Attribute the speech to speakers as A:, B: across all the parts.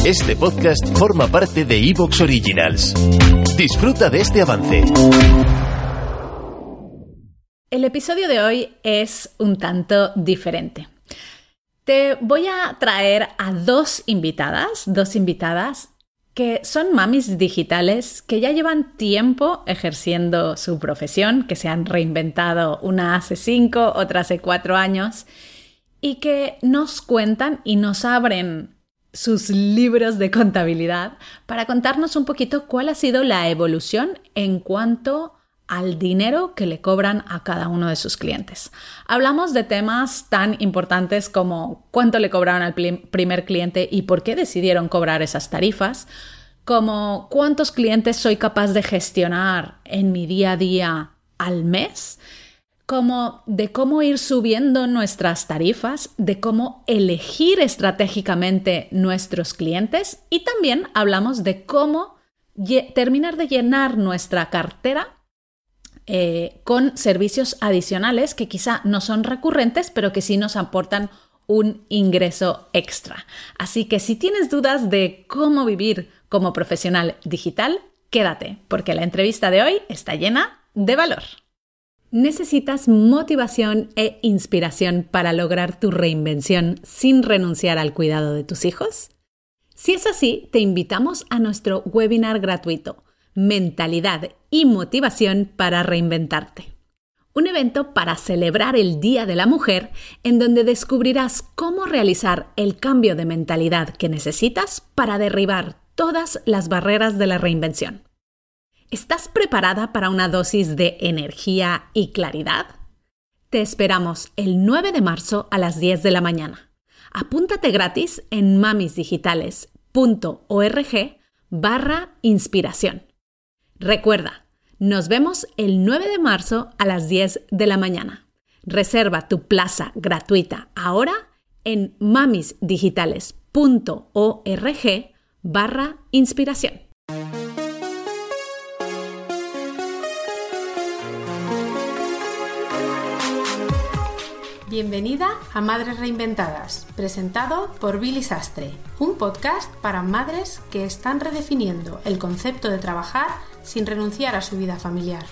A: Este podcast forma parte de Evox Originals. Disfruta de este avance.
B: El episodio de hoy es un tanto diferente. Te voy a traer a dos invitadas que son mamis digitales que ya llevan tiempo ejerciendo su profesión, que se han reinventado, una hace 5, otra hace 4 años, y que nos cuentan y nos abren sus libros de contabilidad para contarnos un poquito cuál ha sido la evolución en cuanto al dinero que le cobran a cada uno de sus clientes. Hablamos de temas tan importantes como cuánto le cobraron al primer cliente y por qué decidieron cobrar esas tarifas, como cuántos clientes soy capaz de gestionar en mi día a día al mes, como de cómo ir subiendo nuestras tarifas, de cómo elegir estratégicamente nuestros clientes, y también hablamos de cómo terminar de llenar nuestra cartera con servicios adicionales que quizá no son recurrentes, pero que sí nos aportan un ingreso extra. Así que si tienes dudas de cómo vivir como profesional digital, quédate, porque la entrevista de hoy está llena de valor. ¿Necesitas motivación e inspiración para lograr tu reinvención sin renunciar al cuidado de tus hijos? Si es así, te invitamos a nuestro webinar gratuito, Mentalidad y Motivación para Reinventarte. Un evento para celebrar el Día de la Mujer en donde descubrirás cómo realizar el cambio de mentalidad que necesitas para derribar todas las barreras de la reinvención. ¿Estás preparada para una dosis de energía y claridad? Te esperamos el 9 de marzo a las 10 de la mañana. Apúntate gratis en mamisdigitales.org/inspiración. Recuerda, nos vemos el 9 de marzo a las 10 de la mañana. Reserva tu plaza gratuita ahora en mamisdigitales.org/inspiración.
C: Bienvenida a Madres Reinventadas, presentado por Billy Sastre, un podcast para madres que están redefiniendo el concepto de trabajar sin renunciar a su vida familiar.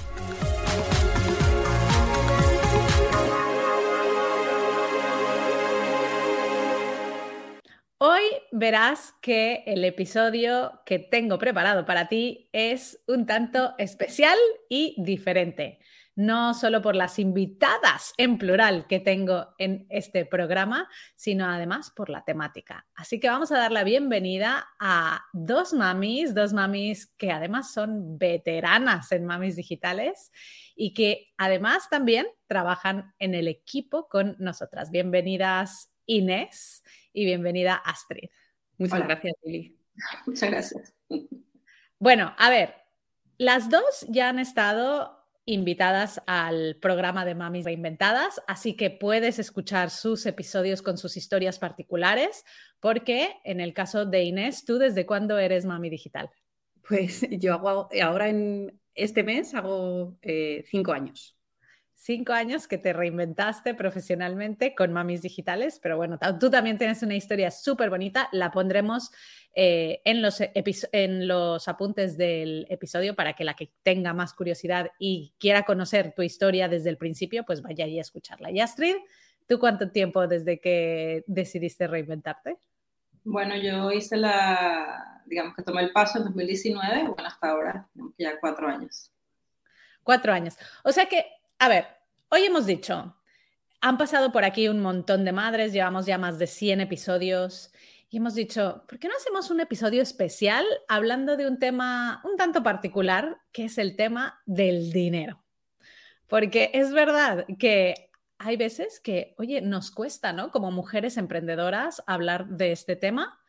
B: Hoy verás que el episodio que tengo preparado para ti es un tanto especial y diferente. No solo por las invitadas en plural que tengo en este programa, sino además por la temática. Así que vamos a dar la bienvenida a dos mamis que además son veteranas en Mamis Digitales y que además también trabajan en el equipo con nosotras. Bienvenidas Inés y bienvenida Astrid.
D: Muchas gracias, Lili.
C: Muchas gracias.
B: Bueno, a ver, las dos ya han estado invitadas al programa de Mamis Reinventadas, así que puedes escuchar sus episodios con sus historias particulares, porque en el caso de Inés, ¿tú desde cuándo eres mami digital?
D: Pues yo ahora en este mes hago 5 años.
B: 5 años que te reinventaste profesionalmente con Mamis Digitales, pero bueno, tú también tienes una historia súper bonita, la pondremos en los apuntes del episodio para que la que tenga más curiosidad y quiera conocer tu historia desde el principio, pues vaya ahí a escucharla. Y Astrid, ¿tú cuánto tiempo desde que decidiste reinventarte?
E: Bueno, yo digamos que tomé el paso en 2019, bueno, hasta ahora, ya 4 años.
B: 4 años. O sea que, a ver, hoy hemos dicho, han pasado por aquí un montón de madres, llevamos ya más de 100 episodios y hemos dicho, ¿por qué no hacemos un episodio especial hablando de un tema un tanto particular, que es el tema del dinero? Porque es verdad que hay veces que, oye, nos cuesta, ¿no? Como mujeres emprendedoras hablar de este tema.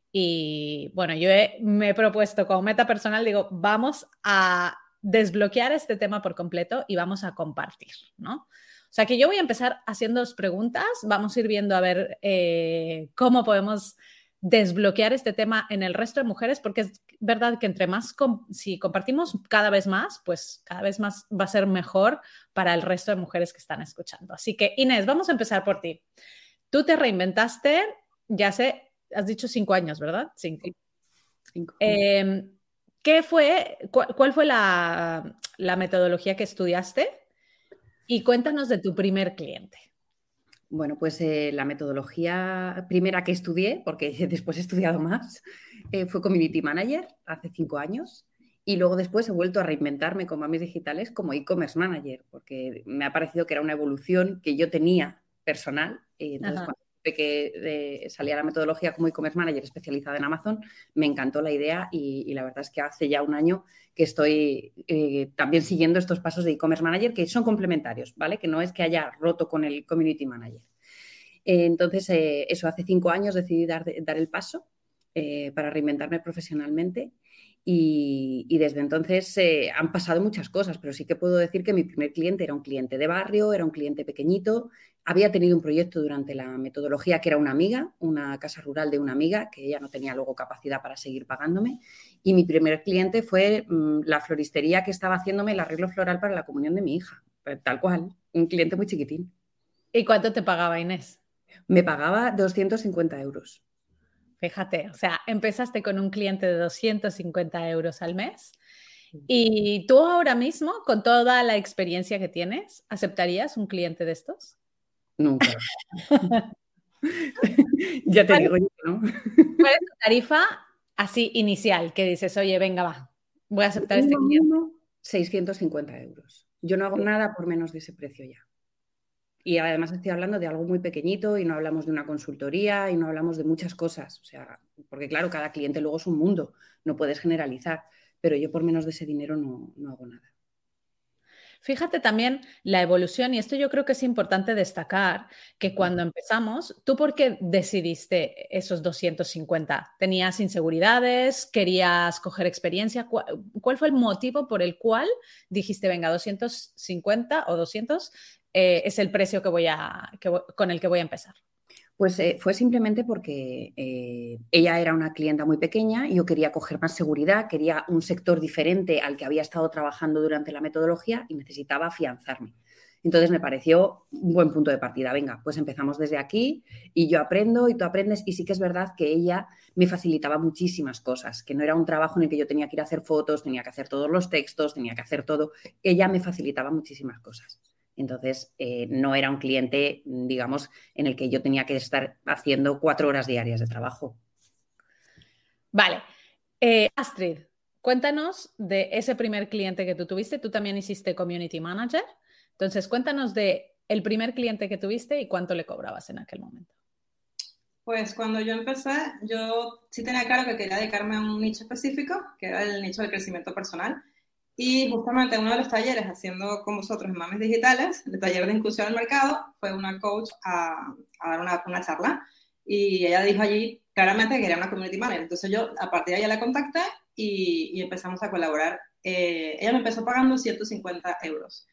B: Y bueno, me he propuesto como meta personal, digo, vamos a desbloquear este tema por completo y vamos a compartir, ¿no? O sea que yo voy a empezar haciéndoos preguntas, vamos a ir viendo a ver cómo podemos desbloquear este tema en el resto de mujeres, porque es verdad que si compartimos cada vez más, pues cada vez más va a ser mejor para el resto de mujeres que están escuchando. Así que Inés, vamos a empezar por ti. Tú te reinventaste, ya sé, has dicho 5 años, ¿verdad? 5.
D: Sí, 5.
B: ¿Cuál fue la metodología que estudiaste? Y cuéntanos de tu primer cliente.
D: Bueno, pues la metodología primera que estudié, porque después he estudiado más, fue Community Manager hace 5 años. Y luego después he vuelto a reinventarme con Mamis Digitales como e-commerce manager, porque me ha parecido que era una evolución que yo tenía personal. Entonces,
B: Ajá.
D: cuando supe que salía la metodología como e-commerce manager especializada en Amazon, me encantó la idea y la verdad es que hace ya un año que estoy también siguiendo estos pasos de e-commerce manager que son complementarios, ¿vale? Que no es que haya roto con el community manager. Entonces, eso, hace 5 años decidí dar el paso para reinventarme profesionalmente. Y desde entonces han pasado muchas cosas, pero sí que puedo decir que mi primer cliente era un cliente de barrio, era un cliente pequeñito. Había tenido un proyecto durante la metodología que era una amiga, una casa rural de una amiga, que ella no tenía luego capacidad para seguir pagándome. Y mi primer cliente fue la floristería que estaba haciéndome el arreglo floral para la comunión de mi hija. Tal cual, un cliente muy chiquitín.
B: ¿Y cuánto te pagaba Inés?
D: Me pagaba 250 euros.
B: Fíjate, o sea, empezaste con un cliente de 250 euros al mes y tú ahora mismo, con toda la experiencia que tienes, ¿aceptarías un cliente de estos?
D: Nunca. Ya te digo yo, ¿no?
B: ¿Cuál es tu tarifa así inicial que dices, oye, venga, va, voy a aceptar este cliente?
D: 650 euros. Yo no hago nada por menos de ese precio ya. Y además estoy hablando de algo muy pequeñito y no hablamos de una consultoría y no hablamos de muchas cosas. O sea, porque claro, cada cliente luego es un mundo, no puedes generalizar, pero yo por menos de ese dinero no hago nada.
B: Fíjate también la evolución, y esto yo creo que es importante destacar, que cuando empezamos, ¿tú por qué decidiste esos 250? ¿Tenías inseguridades? ¿Querías coger experiencia? ¿Cuál fue el motivo por el cual dijiste, venga, 250 o 200 es el precio con el que voy a empezar?
D: Pues fue simplemente porque ella era una clienta muy pequeña y yo quería coger más seguridad, quería un sector diferente al que había estado trabajando durante la metodología y necesitaba afianzarme. Entonces me pareció un buen punto de partida. Venga, pues empezamos desde aquí y yo aprendo y tú aprendes. Y sí que es verdad que ella me facilitaba muchísimas cosas, que no era un trabajo en el que yo tenía que ir a hacer fotos, tenía que hacer todos los textos, tenía que hacer todo. Ella me facilitaba muchísimas cosas. Entonces, no era un cliente, digamos, en el que yo tenía que estar haciendo 4 horas diarias de trabajo.
B: Vale. Astrid, cuéntanos de ese primer cliente que tú tuviste. Tú también hiciste Community Manager. Entonces, cuéntanos de el primer cliente que tuviste y cuánto le cobrabas en aquel momento.
E: Pues cuando yo empecé, yo sí tenía claro que quería dedicarme a un nicho específico, que era el nicho del crecimiento personal. Y justamente en uno de los talleres, haciendo con vosotros en Mamis Digitales, el taller de inclusión al mercado, fue una coach a dar una charla y ella dijo allí claramente que quería una community manager. Entonces yo a partir de ahí la contacté y empezamos a colaborar. Ella me empezó pagando 150 euros.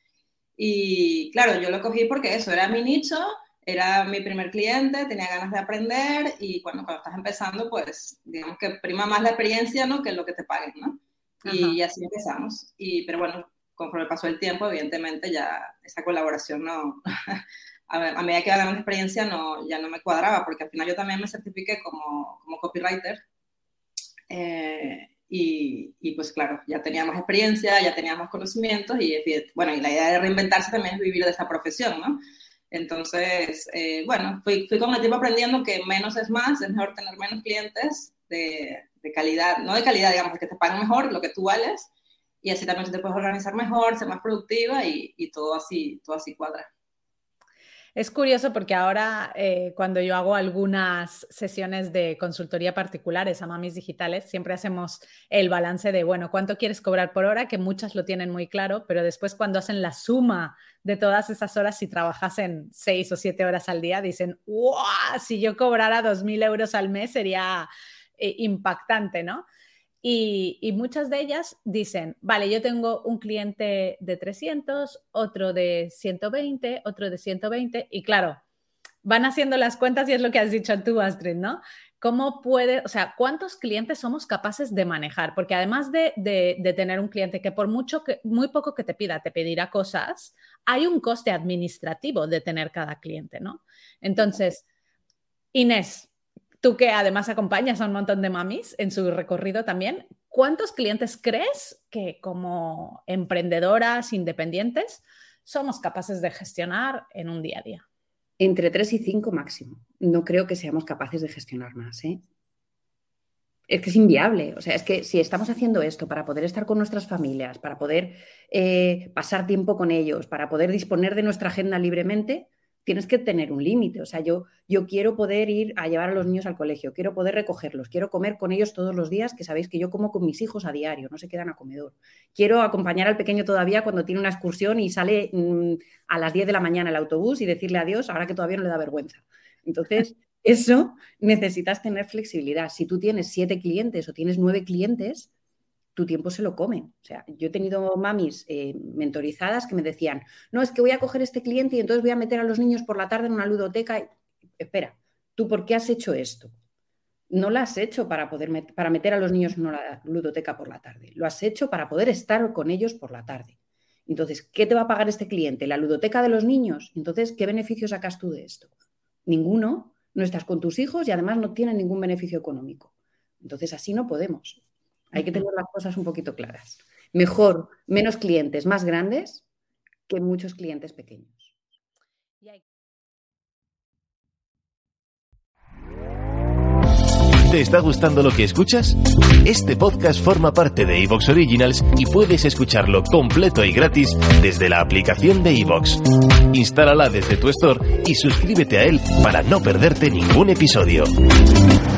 E: Y claro, yo lo cogí porque eso era mi nicho, era mi primer cliente, tenía ganas de aprender y cuando estás empezando, pues digamos que prima más la experiencia, ¿no?, que lo que te paguen, ¿no? Y así empezamos. Pero bueno, conforme pasó el tiempo, evidentemente ya esa colaboración no, a medida que iba ganando experiencia ya no me cuadraba, porque al final yo también me certifiqué como copywriter. Y pues claro, ya tenía más experiencia, ya tenía más conocimientos y bueno, y la idea de reinventarse también es vivir de esa profesión, ¿no? Entonces, bueno, fui con el tiempo aprendiendo que menos es más, es mejor tener menos clientes de calidad, no de calidad, digamos, que te paguen mejor lo que tú vales y así también te puedes organizar mejor, ser más productiva y todo así cuadra.
B: Es curioso porque ahora cuando yo hago algunas sesiones de consultoría particulares a Mamis Digitales, siempre hacemos el balance de, bueno, ¿cuánto quieres cobrar por hora? Que muchas lo tienen muy claro, pero después cuando hacen la suma de todas esas horas, si trabajasen 6 o 7 horas al día, dicen, ¡wow! Si yo cobrara 2.000 euros al mes sería impactante, ¿no? Y muchas de ellas dicen, vale, yo tengo un cliente de 300, otro de 120, otro de 120, y claro, van haciendo las cuentas y es lo que has dicho tú, Astrid, ¿no? ¿Cómo puede, o sea, cuántos clientes somos capaces de manejar? Porque además de tener un cliente que por muy poco que te pida, te pedirá cosas, hay un coste administrativo de tener cada cliente, ¿no? Entonces, Inés, Tú que además acompañas a un montón de mamis en su recorrido también, ¿cuántos clientes crees que como emprendedoras independientes somos capaces de gestionar en un día a día?
D: Entre 3 y 5 máximo. No creo que seamos capaces de gestionar más, ¿eh? Es que es inviable. O sea, es que si estamos haciendo esto para poder estar con nuestras familias, para poder pasar tiempo con ellos, para poder disponer de nuestra agenda libremente, tienes que tener un límite. O sea, yo quiero poder ir a llevar a los niños al colegio, quiero poder recogerlos, quiero comer con ellos todos los días, que sabéis que yo como con mis hijos a diario, no se quedan a comedor. Quiero acompañar al pequeño todavía cuando tiene una excursión y sale a las 10 de la mañana el autobús y decirle adiós ahora que todavía no le da vergüenza. Entonces, eso necesitas tener flexibilidad. Si tú tienes 7 clientes o tienes 9 clientes, tu tiempo se lo comen. O sea, yo he tenido mamis mentorizadas que me decían, no, es que voy a coger este cliente y entonces voy a meter a los niños por la tarde en una ludoteca. Espera, ¿tú por qué has hecho esto? No lo has hecho para meter a los niños en una ludoteca por la tarde. Lo has hecho para poder estar con ellos por la tarde. Entonces, ¿qué te va a pagar este cliente? ¿La ludoteca de los niños? Entonces, ¿qué beneficio sacas tú de esto? Ninguno. No estás con tus hijos y además no tienen ningún beneficio económico. Entonces, así no podemos. Hay que tener las cosas un poquito claras. Mejor menos clientes más grandes que muchos clientes pequeños.
A: ¿Te está gustando lo que escuchas? Este podcast forma parte de iVoox Originals y puedes escucharlo completo y gratis desde la aplicación de iVoox. Instálala desde tu store y suscríbete a él para no perderte ningún episodio.